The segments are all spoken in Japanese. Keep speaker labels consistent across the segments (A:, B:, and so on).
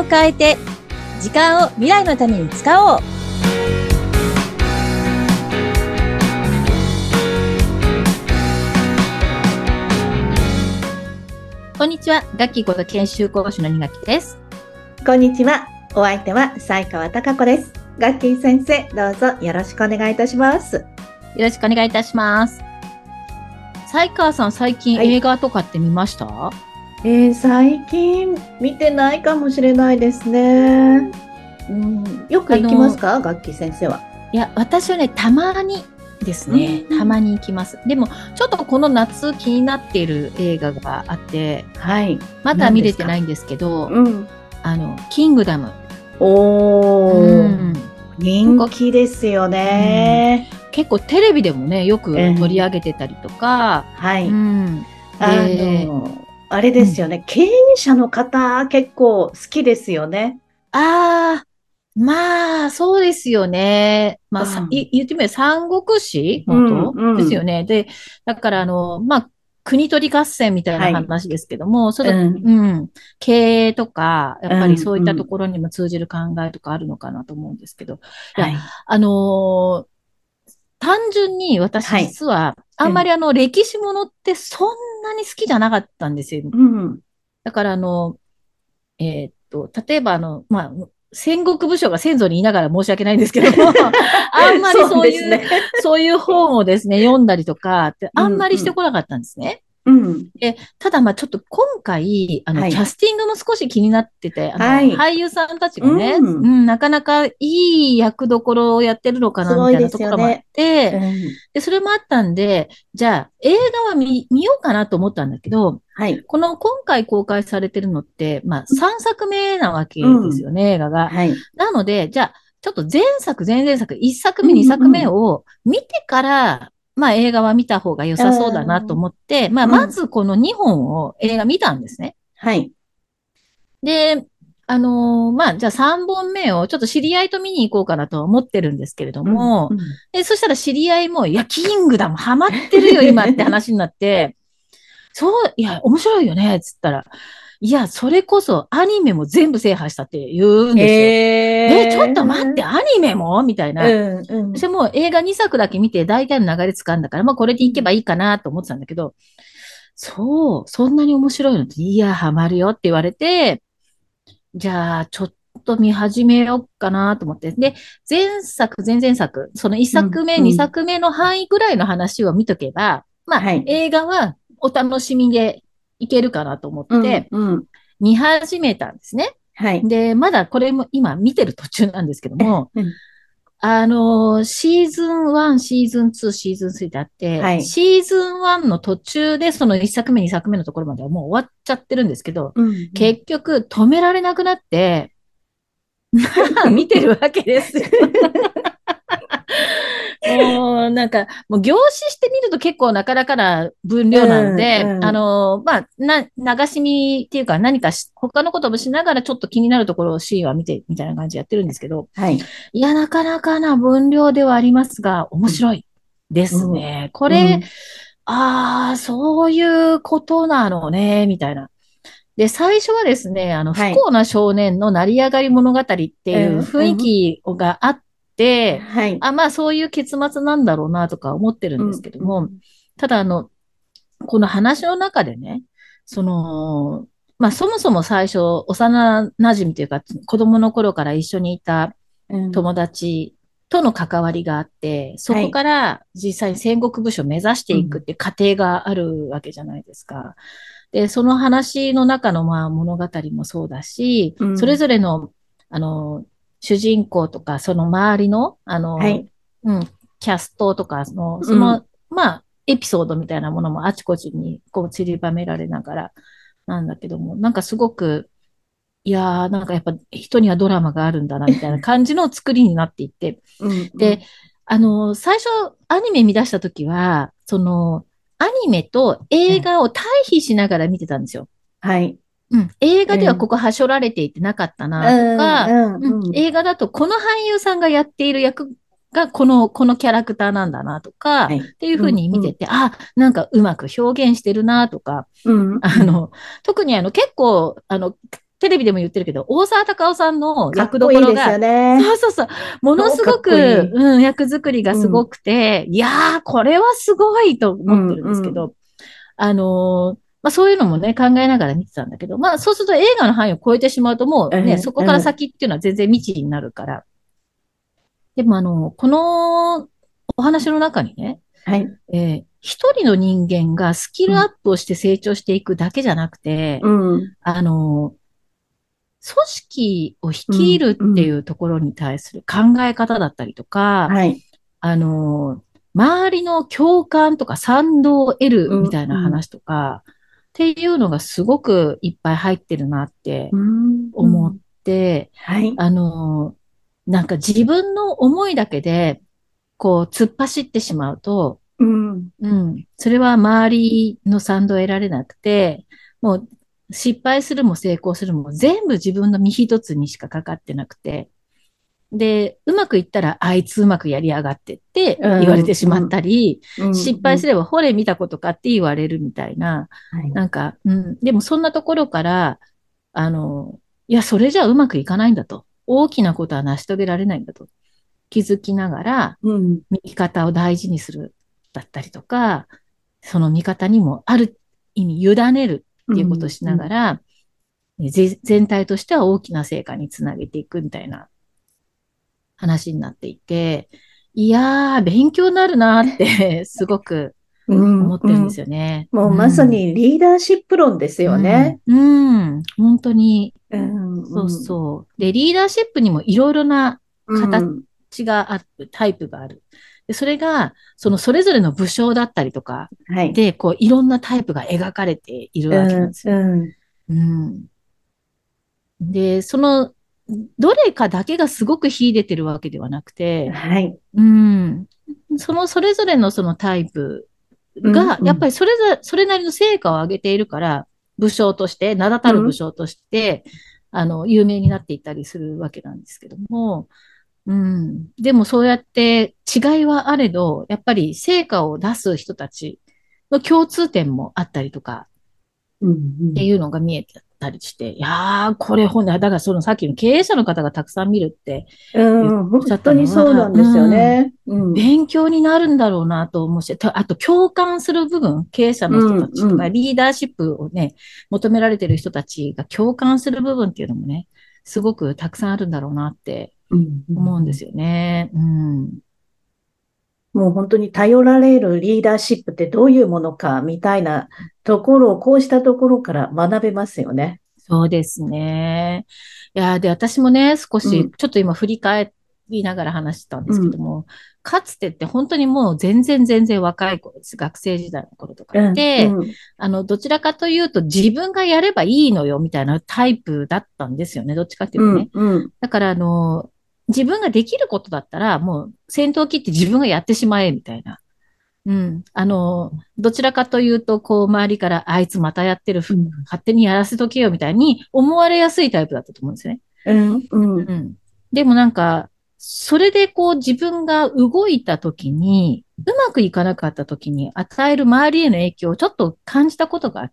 A: を変えて時間を未来のために使おう。こんにちは、ガッキーこと研修講師の二垣です。
B: こんにちは。お相手は西川貴子です。ガッキー先生、どうぞよろしくお願いいたします。
A: よろしくお願いいたします。西川さん、最近映画とかって見ました？
B: 最近見てないかもしれないですね。よく行きますか、ガッキー先生は？
A: いや、私はね、たまにですね、たまに行きます。でも、ちょっとこの夏気になっている映画があって、
B: はい。
A: まだ見れてないんですけど、キングダム。
B: 人気ですよね。
A: 結構テレビでもね、よく取り上げてたりとか、
B: はい。あれですよね、経営者の方結構好きですよね。
A: まあ、そうですよね。まあ、言ってみれば三国志元ですよね。で、だからまあ、国取り合戦みたいな話ですけども、経営とか、やっぱりそういったところにも通じる考えとかあるのかなと思うんですけど、いや、単純に私実は、あんまり歴史ものってそんなに好きじゃなかったんですよ。だから例えばまあ、戦国武将が先祖に言いながら申し訳ないんですけども、あんまりそういう本をですね、読んだりとかってあんまりしてこなかったんですね。ただ、まあちょっと今回、キャスティングも少し気になってて、俳優さんたちがね、なかなかいい役どころをやってるのかな、みたいなところもあって、で、それもあったんで、じゃあ、映画は見ようかなと思ったんだけど、今回公開されてるのって、まあ3作目なわけですよね、映画が。なので、じゃあ、ちょっと前々作、1作目、2作目を見てから、まあ映画は見た方が良さそうだなと思って、まあまずこの2本を映画見たんですね。で、まあじゃあ3本目をちょっと知り合いと見に行こうかなと思ってるんですけれども、そしたら知り合いも、いや、キングダムハマってるよ今って話になって、いや、面白いよね、つったら、いや、それこそアニメも全部制覇したって言うんですよ。ちょっと待って、アニメもみたいな。私も映画2作だけ見て大体の流れ掴んだから、まあこれでいけばいいかなと思ってたんだけど、そんなに面白いのって、いや、ハマるよって言われて、じゃあ、ちょっと見始めようかなと思って。で、前々作、その1作目、2作目の範囲ぐらいの話を見とけば、まあ、映画はお楽しみでいけるかなと思って、見始めたんですね。で、まだこれも今見てる途中なんですけども、シーズン1、シーズン2、シーズン3ってあって、シーズン1の途中でその1作目、2作目のところまではもう終わっちゃってるんですけど、結局止められなくなって、見てるわけですよ。もうなんか、もう凝視してみると結構なかなかな分量なので、まあ、流し見っていうか何か他のこともしながらちょっと気になるところをシーンは見てみたいな感じでやってるんですけど、いや、なかなかな分量ではありますが、面白いですね。これ、そういうことなのね、みたいな。で、最初はですね、不幸な少年の成り上がり物語っていう雰囲気があって、まあそういう結末なんだろうなとか思ってるんですけども、ただこの話の中でね、まあそもそも最初、幼馴染というか、子供の頃から一緒にいた友達との関わりがあって、そこから実際に戦国武将を目指していくっていう過程があるわけじゃないですか。で、その話の中のまあ物語もそうだし、それぞれの、主人公とか、その周りの、キャストとかまあ、エピソードみたいなものもあちこちにこう散りばめられながらなんだけども、なんかすごく、いやー、なんかやっぱ人にはドラマがあるんだな、みたいな感じの作りになっていって。で、最初アニメ見出した時は、アニメと映画を対比しながら見てたんですよ。映画ではここはしょられていてなかったなとか、映画だとこの俳優さんがやっている役がこのキャラクターなんだなとか、っていうふうに見てて、なんかうまく表現してるなとか、特に結構、 テレビでも言ってるけど、大沢たかおさんの
B: かっ
A: 役ど
B: こいいですよ
A: ころが、
B: ね。
A: そうそうそう、もの
B: 超かっこい
A: すごく、
B: い。
A: 役作りがすご
B: うん、
A: くて、いやー、これはすごいと
B: うん、
A: 思ってるんです
B: うん。
A: けど、まあそういうのもね、考えながら見てたんだけど、まあそうすると映画の範囲を超えてしまうともうね、そこから
B: うん。
A: 先っていうのは全然未知になるから。でもこのお話の中にね、
B: はい。
A: 一人の人間がスキ
B: うん、
A: ルアップをして成長していくだけじゃなくて、
B: うん、
A: あの、組織を率
B: うん、
A: いるってい
B: うん。
A: うところに対する考え方だったりとか、
B: はい。
A: あの、周りの共感とか賛同を得るみ
B: うん、うん、
A: たいな話とか、っていうのがすごくいっぱい入ってるなって
B: うん、う
A: 思っ
B: ん。
A: て、
B: はい。
A: あの、なんか自分の思いだけで、こう、突っ走ってしまうと、
B: うん、
A: それは周りの賛同を得られなくて、もう失敗するも成功するも全部自分の身一つにしかかかってなくて、で、うまくいったらあいつうまくやりやがってって言われ
B: うん、
A: てしまっ
B: うん、
A: たり、
B: うん、
A: 失
B: うん。
A: 敗すればほれ見たことかって言われるみたいな、
B: はい。
A: なんか、でもそんなところから、あの、いや、それじゃうまくいかないんだと。大きなことは成し遂げられないんだと。気づきながら、
B: うん、
A: 見方を大事にするだったりとか、その見方にもある意味委ねるっていうことを
B: うん、
A: し
B: うん。
A: ながら、全体としては大きな成果につなげていくみたいな話になっていて、いやー、勉強になるなってすごく
B: うん、
A: 思ってるんです
B: うん。
A: よね。
B: もうまさ
A: うん。
B: にリーダーシップ論ですよね。
A: 本当に、
B: うん、
A: そう
B: うん、
A: そう。で、リーダーシップにもいろいろな
B: う
A: 形
B: ん。
A: がある、タイプがある。で、それが、そのそれぞれの武将だったりとか、
B: はい。
A: で、こう、いろんなタイプが描かれているわけなん
B: うん、
A: ですよ。
B: うん。
A: うん。で、どれかだけがすごく秀でてるわけではなくて、
B: はい。
A: うん。それぞれのそのタイプ
B: うん、
A: が、
B: うん。
A: やっぱりそれなりの成果を上げているから、武将として、名だたる武
B: うん、
A: 将として、有名になっていったりするわけなんですけども、でもそうやって違いはあれど、やっぱり成果を出す人たちの共通点もあったりとか、
B: うん、う
A: って
B: ん。
A: いうのが見えてたりして、いやー、これだからそのさっきの経営者の方がたくさん見るって
B: う
A: お
B: ん、
A: っしゃった
B: 本当にそうな
A: のは、
B: んですよね。うん、
A: 勉強になるんだろうなと思うし、あと共感する部分、経営者の人
B: うん、
A: たちとか、
B: うん。
A: リーダーシップをね、求められている人たちが共感する部分っていうのもね、すごくたくさんあるんだろうなって
B: うん、うん、うん。
A: 思うんですよね。
B: もう本当に頼られるリーダーシップってどういうものかみたいなところをこうしたところから学べますよね。
A: そうですね。いや、で、私もね、少し、
B: うん、
A: ちょっと今振り返りながら話したんで
B: うん、
A: すけども、かつてって本当にもう全然若い頃です。学生時代の頃とかっ
B: うん、う
A: て、
B: ん、
A: どちらかというと自分がやればいいのよみたいなタイプだったんですよね。どっちかっていうとね。
B: うん、うん。
A: だから、自分ができることだったら、もう先頭を切って自分がやってしまえみたいな。どちらかというと、こう、周りから、あいつまたやってる、
B: うん、
A: 勝手にやらせとけよ、みたいに思われやすいタイプだったと思うんですよね。
B: うん、うん、
A: うん。でもなんか、それでこう、自分が動いた時に、うまくいかなかった時に与える周りへの影響をちょっと感じたことがあって、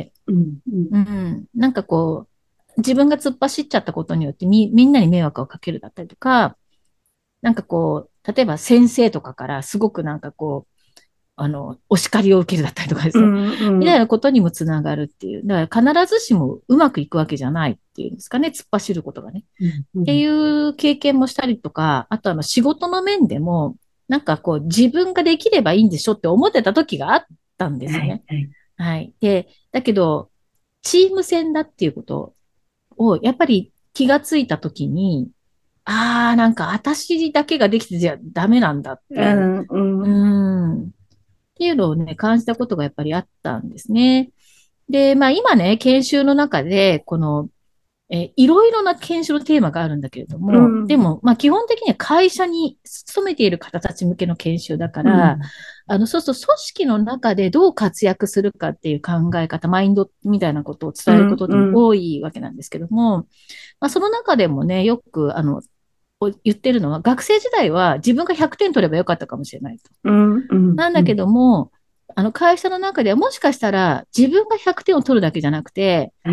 B: うん、うん。
A: なんかこう、自分が突っ走っちゃったことによってみんなに迷惑をかけるだったりとか、なんかこう、例えば先生とかからすごくなんかこう、お叱りを受けるだったりとかですね。
B: うん、
A: み
B: うん、
A: たいなことにもつながるっていう。だから必ずしもうまくいくわけじゃないっていうんですかね。突っ走ることがね。っ
B: うん、うん。
A: ていう経験もしたりとか、あとはまあ仕事の面でも、なんかこう自分ができればいいんでしょって思ってた時があったんです
B: はい、
A: よね。
B: はい。
A: はい。で、だけど、チーム戦だっていうことをやっぱり気がついた時に、なんか私だけができてじゃダメなんだっていう。
B: うん、う
A: う
B: ん、
A: っていうのをね、感じたことがやっぱりあったんですね。で、まあ今ね、研修の中で、いろいろな研修のテーマがあるんだけれども、
B: うん、
A: でも、まあ基本的には会社に勤めている方たち向けの研修だから、
B: うん、
A: そうすると組織の中でどう活躍するかっていう考え方、マインドみたいなことを伝えるこ
B: うん、
A: とっても
B: うん。
A: 多いわけなんですけども、まあその中でもね、よく、言ってるのは、学生時代は自分が100点取ればよかったかもしれないと。
B: うん、うん、
A: なんだけ
B: うん。
A: ども、会社の中ではもしかしたら自分が100点を取るだけじゃなくて、
B: はい。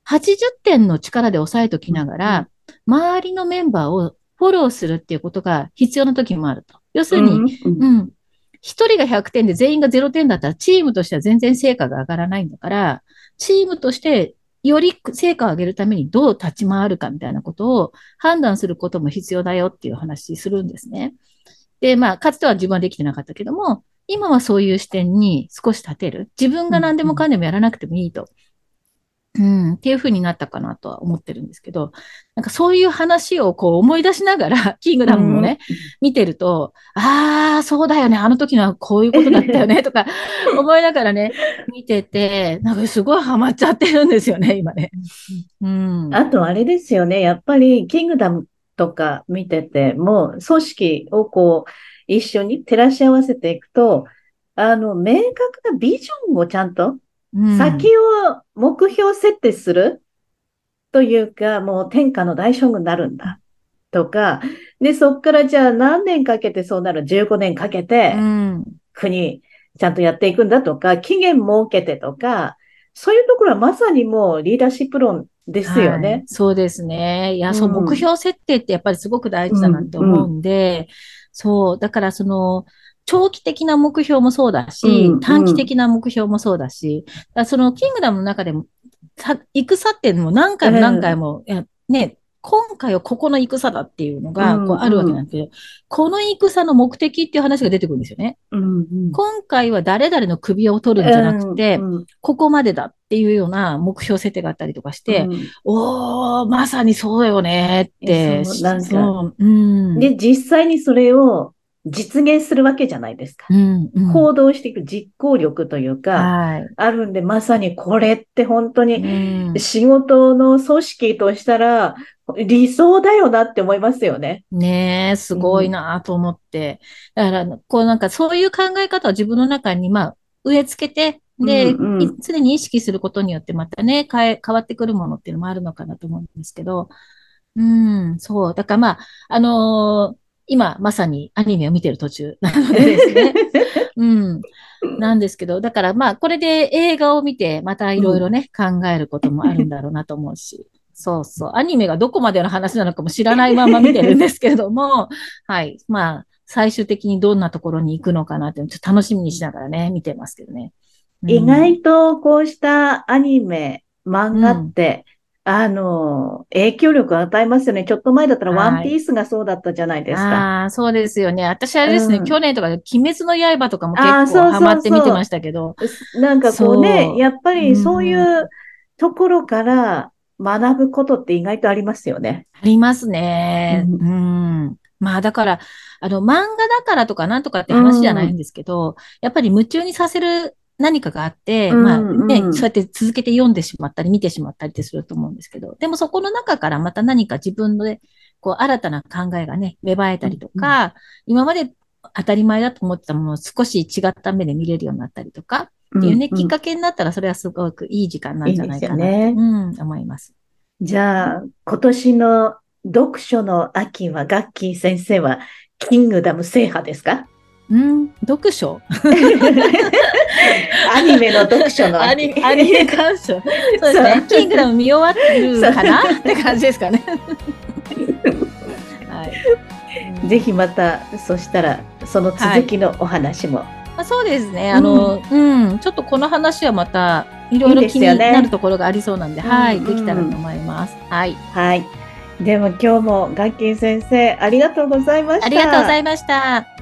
A: 80点の力で抑えときながら、周りのメンバーをフォローするっていうことが必要な時もあると。要するに、一人が100点で全員が0点だったら、チームとしては全然成果が上がらないんだから、チームとしてより成果を上げるためにどう立ち回るかみたいなことを判断することも必要だよっていう話するんですね。で、かつては自分はできてなかったけども、今はそういう視点に少し立てる。自分が何でもかんでもやらなくてもいいと。っていう風になったかなとは思ってるんですけど、なんかそういう話をこう思い出しながら、キングダムもね、見てると、ああ、そうだよね、あの時のはこういうことだったよね、とか思いながらね、見てて、なんかすごいハマっちゃってるんですよね、今ね。
B: あとあれですよね、やっぱりキングダムとか見てて、もう組織をこう、一緒に照らし合わせていくと、明確なビジョンをちゃんと、先を目標設定するというか、もう天下の大将軍になるんだとか、で、そっからじゃあ何年かけてそうなる、15年かけて、国、ちゃんとやっていくんだとか、期限設けてとか、そういうところはまさにもうリーダーシップ論ですよね。
A: そうですね。いや、そう、目標設定ってやっぱりすごく大事だなって思うんで、そう、だから長期的な目標もそうだし、短期的な目標もそうだし、そのキングダムの中でも、戦っても何回も何回も、ね、今回はここの戦だっていうのがこうあるわけなんですけど、この戦の目的っていう話が出てくるんですよね。今回は誰々の首を取るんじゃなくて、ここまでだっていうような目標設定があったりとかして、まさにそうよねって。
B: で、実際にそれを実現するわけじゃないですか。行動していく実行力というか、あるんで、まさにこれって本当に仕事の組織としたら理想だよなって思いますよね。
A: ねえ、すごいなと思って。だから、こうなんかそういう考え方を自分の中に植え付けて、で、常に意識することによってまたね、変わってくるものっていうのもあるのかなと思うんですけど、そう。だから今まさにアニメを見てる途中なのでですね。なんですけど、だからこれで映画を見て、またいろいろね、考えることもあるんだろうなと思うし。そうそう。アニメがどこまでの話なのかも知らないまま見てるんですけれども、はい。最終的にどんなところに行くのかなってちょっと楽しみにしながらね、見てますけどね。
B: 意外とこうしたアニメ、漫画って、影響力を与えますよね。ちょっと前だったらワンピースがそうだったじゃないですか。
A: そうですよね。私あれですね、去年とかで鬼滅の刃とかも結構ハマって見てましたけど。
B: なんかこうね、やっぱりそういうところから学ぶことって意外とありますよね。
A: ありますね。だから、漫画だからとかなんとかって話じゃないんですけど、やっぱり夢中にさせる何かがあって、そうやって続けて読んでしまったり見てしまったりってすると思うんですけど、でもそこの中からまた何か自分で、こう、新たな考えがね、芽生えたりとか、今まで当たり前だと思ってたものを少し違った目で見れるようになったりとか、っていうね、きっかけになったら、それはすごくいい時間なんじゃないかなと、思います。
B: じゃあ、今年の読書の秋は、ガッキー先生は、キングダム制覇ですか？
A: 読書
B: アニメの読書の秋。
A: アニメ鑑賞。そうですね。キングダム見終わるかなって感じですかね。
B: はい。ぜひまた、そしたら、その続きのお話も。
A: そうですね。ちょっとこの話はまた、いろいろ気になるところがありそうなんで、はい、できたらと思います。はい。
B: はい。でも今日もガッキー先生、ありがとうございました。
A: ありがとうございました。